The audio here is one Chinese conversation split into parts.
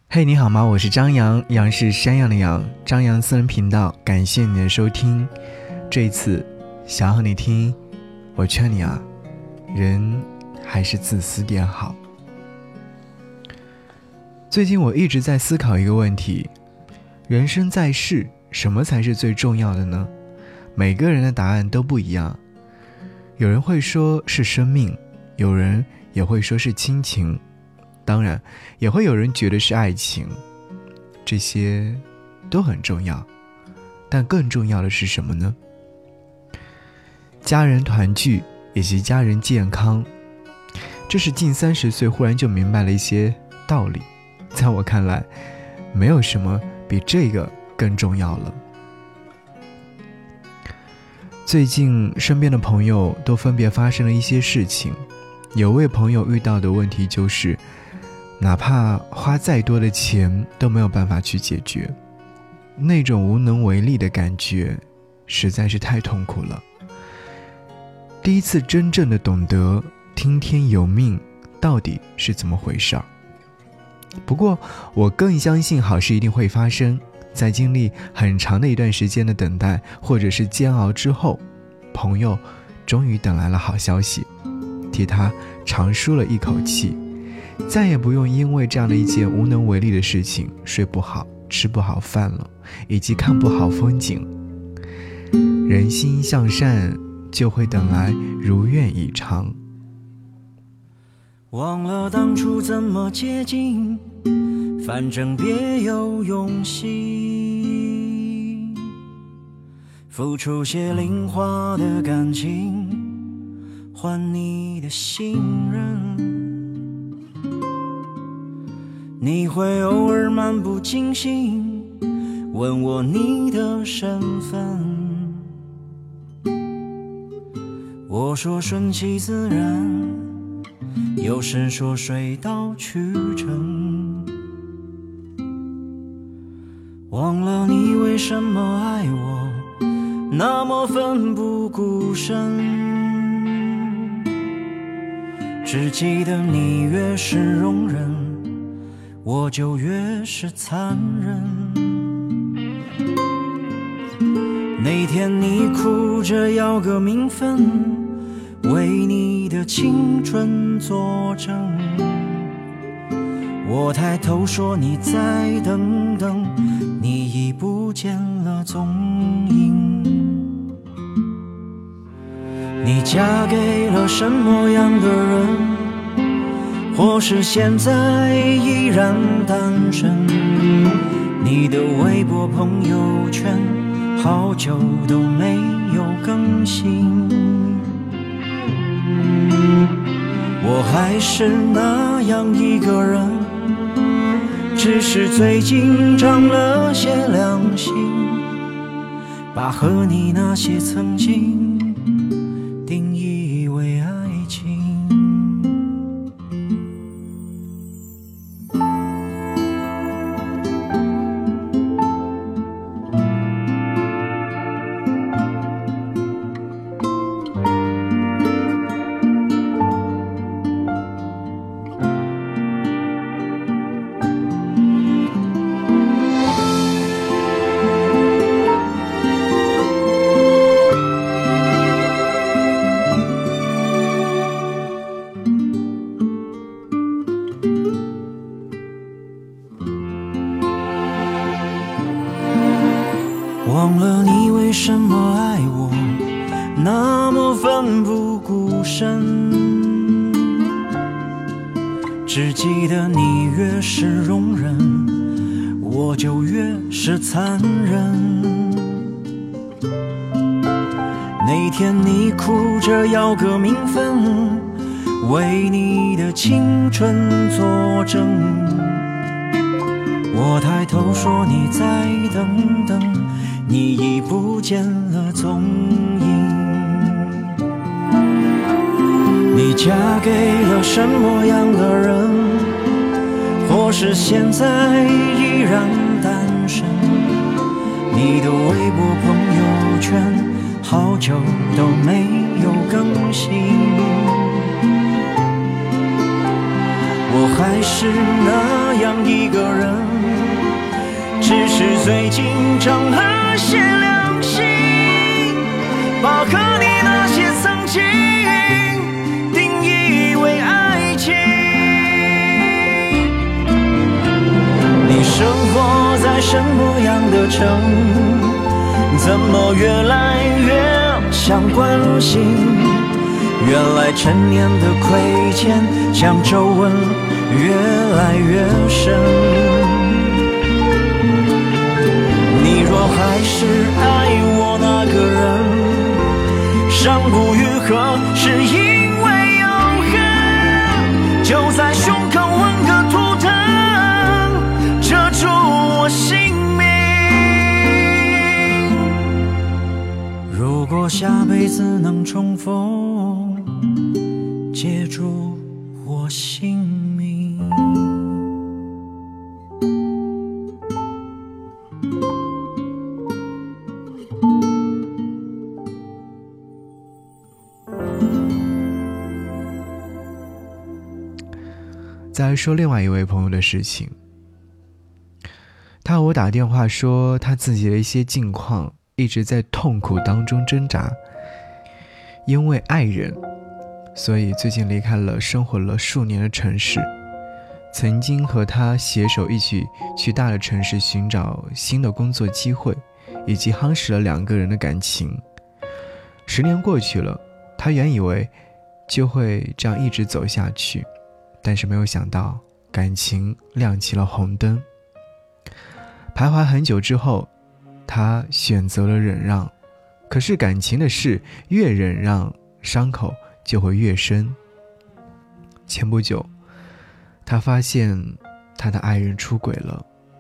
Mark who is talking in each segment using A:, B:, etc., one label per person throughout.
A: 嘿，你好吗？我是张扬，杨是山羊的羊，张扬私人频道，感谢你的收听。这一次想和你听，我劝你啊，人还是自私点好。最近我一直在思考一个问题，人生在世，什么才是最重要的呢？每个人的答案都不一样，有人会说是生命，有人也会说是亲情，当然也会有人觉得是爱情，这些都很重要，但更重要的是什么呢？家人团聚以及家人健康，这是近30岁忽然就明白了一些道理，在我看来没有什么比这个更重要了。最近身边的朋友都分别发生了一些事情，有位朋友遇到的问题就是哪怕花再多的钱都没有办法去解决，那种无能为力的感觉实在是太痛苦了。第一次真正的懂得听天由命到底是怎么回事儿。不过我更相信好事一定会发生，在经历很长的一段时间的等待或者是煎熬之后，朋友终于等来了好消息，替他长舒了一口气，再也不用因为这样的一件无能为力的事情睡不好吃不好饭了，以及看不好风景。人心向善，就会等来如愿以偿。
B: 忘了当初怎么接近，反正别有用心，付出些零花的感情，换你的信任。你会偶尔漫不经心问我你的身份，我说顺其自然，有时说水到渠成。忘了你为什么爱我那么奋不顾身，只记得你越是容忍，我就越是残忍。那天你哭着要个名分，为你的青春作证，我抬头说你再等等，你已不见了踪影。你嫁给了什么样的人，或是现在依然单身，你的微博朋友圈好久都没有更新，我还是那样一个人，只是最近长了些良心，把和你那些曾经定义为爱情。忘了你为什么爱我那么奋不顾身，只记得你越是容忍，我就越是残忍。那天你哭着要个名分，为你的青春作证，我抬头说你再等等，你已不见了踪影。你嫁给了什么样的人，或是现在依然单身，你的微博朋友圈好久都没有更新， 我还是那样一个人，只是最近长了些良心，把和你那些曾经定义为爱情。你生活在什么样的城，怎么越来越想关心？原来陈年的亏欠将皱纹越来越深。你若还是爱我那个人，伤不愈合是因为永恒，就在胸口纹个图腾，遮住我姓名。如果下辈子能重逢，借住我姓名。
A: 再来说另外一位朋友的事情，他和我打电话说他自己的一些近况，一直在痛苦当中挣扎，因为爱人，所以最近离开了生活了数年的城市。曾经和他携手一起去大的城市寻找新的工作机会，以及夯实了两个人的感情。10年过去了，他原以为就会这样一直走下去，但是没有想到感情亮起了红灯。徘徊很久之后，他选择了忍让，可是感情的事越忍让，伤口就会越深。前不久，他发现他的爱人出轨了。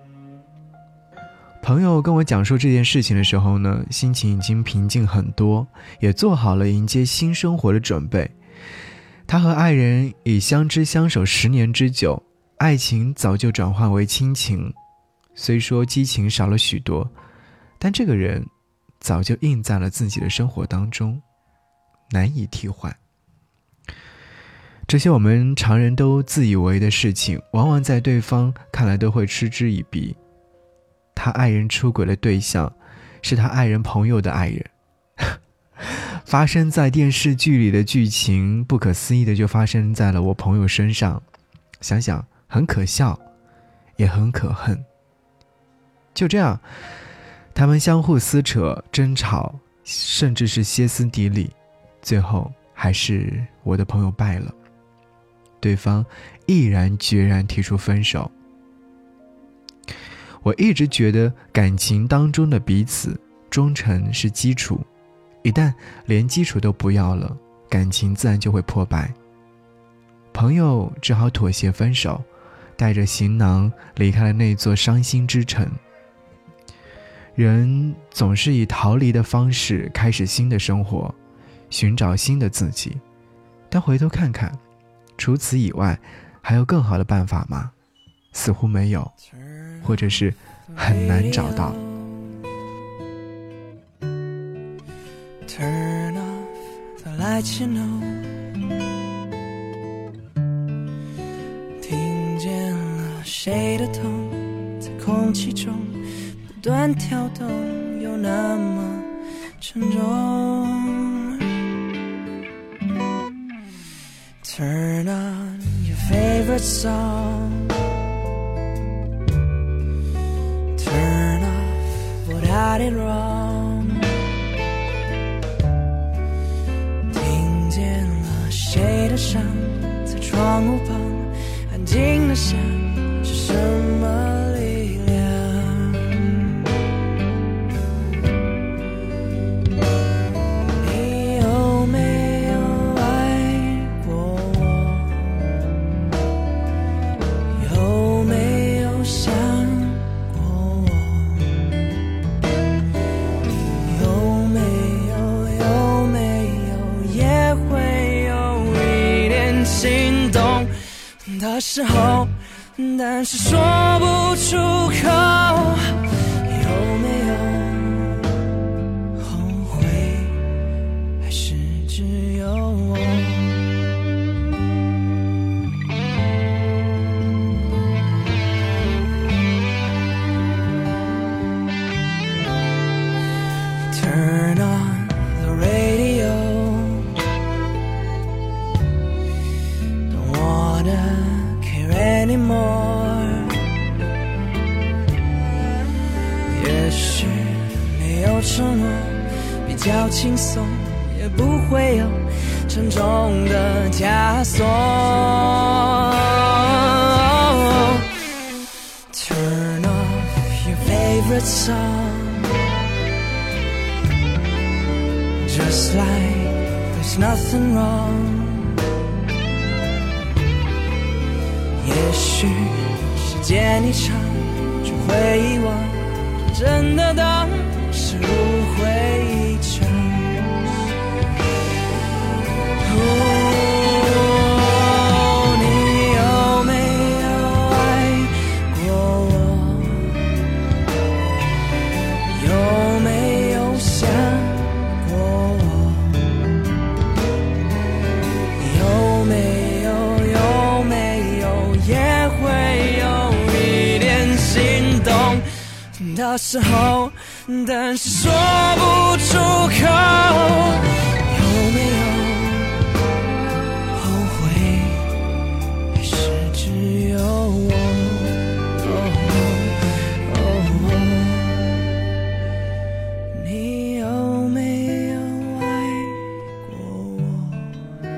A: 朋友跟我讲述这件事情的时候呢，心情已经平静很多，也做好了迎接新生活的准备。他和爱人已相知相守10年之久，爱情早就转化为亲情，虽说激情少了许多，但这个人早就印在了自己的生活当中，难以替换。这些我们常人都自以为的事情，往往在对方看来都会嗤之以鼻。他爱人出轨的对象是他爱人朋友的爱人，发生在电视剧里的剧情，不可思议的就发生在了我朋友身上。想想很可笑，也很可恨。就这样，他们相互撕扯、争吵，甚至是歇斯底里，最后还是我的朋友败了，对方毅然决然提出分手。我一直觉得感情当中的彼此忠诚是基础，一旦连基础都不要了，感情自然就会破败。朋友只好妥协分手，带着行囊离开了那座伤心之城。人总是以逃离的方式开始新的生活，寻找新的自己，但回头看看，除此以外还有更好的办法吗？似乎没有，或者是很难找到。
B: Turn off the lights, you know， 听见了谁的痛，在空气中不断跳动，又那么沉重。 Turn on your favorite song， Turn off what I did wrong， 听见了谁的伤，在窗户旁安静的想，是什么力量？你有没有爱过我？有没有想过我？有没有也会有一点心动的时候，但是说不出口。有没有后悔，还是只有我？ 较轻松，也不会有沉重的枷锁。Turn off your favorite song, just like there's nothing wrong. 也许时间一长就会遗忘，真的当是误会一场。你有没有爱过我？有没有想过我？有没有也会有一点心动的时候，但是说不出口。有没有后悔，还是只有我？你有没有爱过我？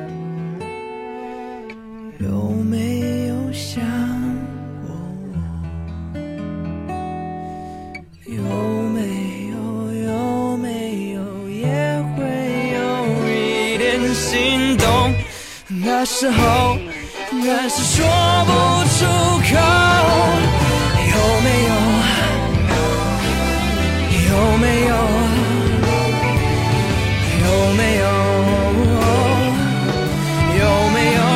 B: 有没有想过我？有没有也会有一点心动的时候，但是说不出口。有没有有没有有没有有没有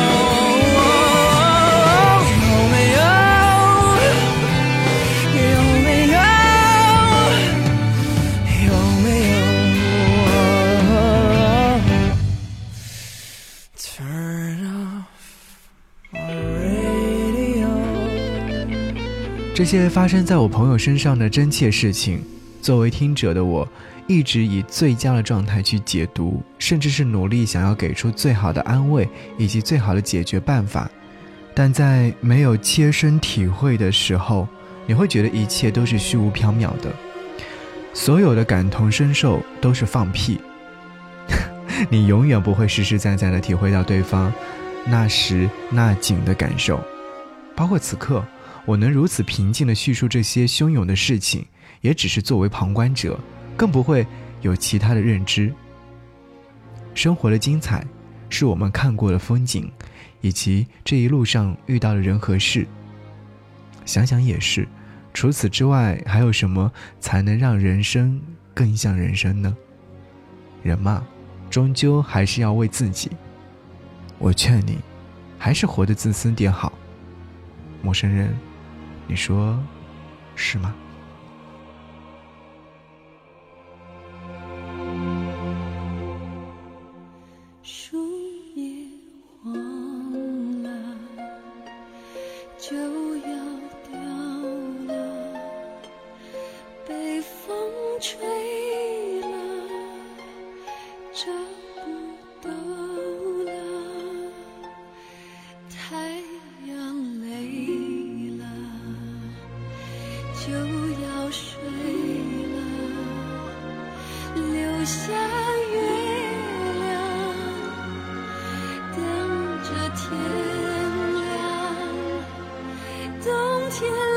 A: 这些发生在我朋友身上的真切事情，作为听者的我一直以最佳的状态去解读，甚至是努力想要给出最好的安慰以及最好的解决办法。但在没有切身体会的时候，你会觉得一切都是虚无缥缈的，所有的感同身受都是放屁。你永远不会实实在在地体会到对方那时那景的感受。包括此刻我能如此平静地叙述这些汹涌的事情，也只是作为旁观者，更不会有其他的认知。生活的精彩是我们看过的风景，以及这一路上遇到的人和事。想想也是，除此之外还有什么才能让人生更像人生呢？人嘛，终究还是要为自己。我劝你还是活得自私点好。陌生人，你说是吗？
C: 树叶黄了，就要掉了，被风吹了，找不到了，太阳累了，就要睡了，留下月亮，等着天亮，冬天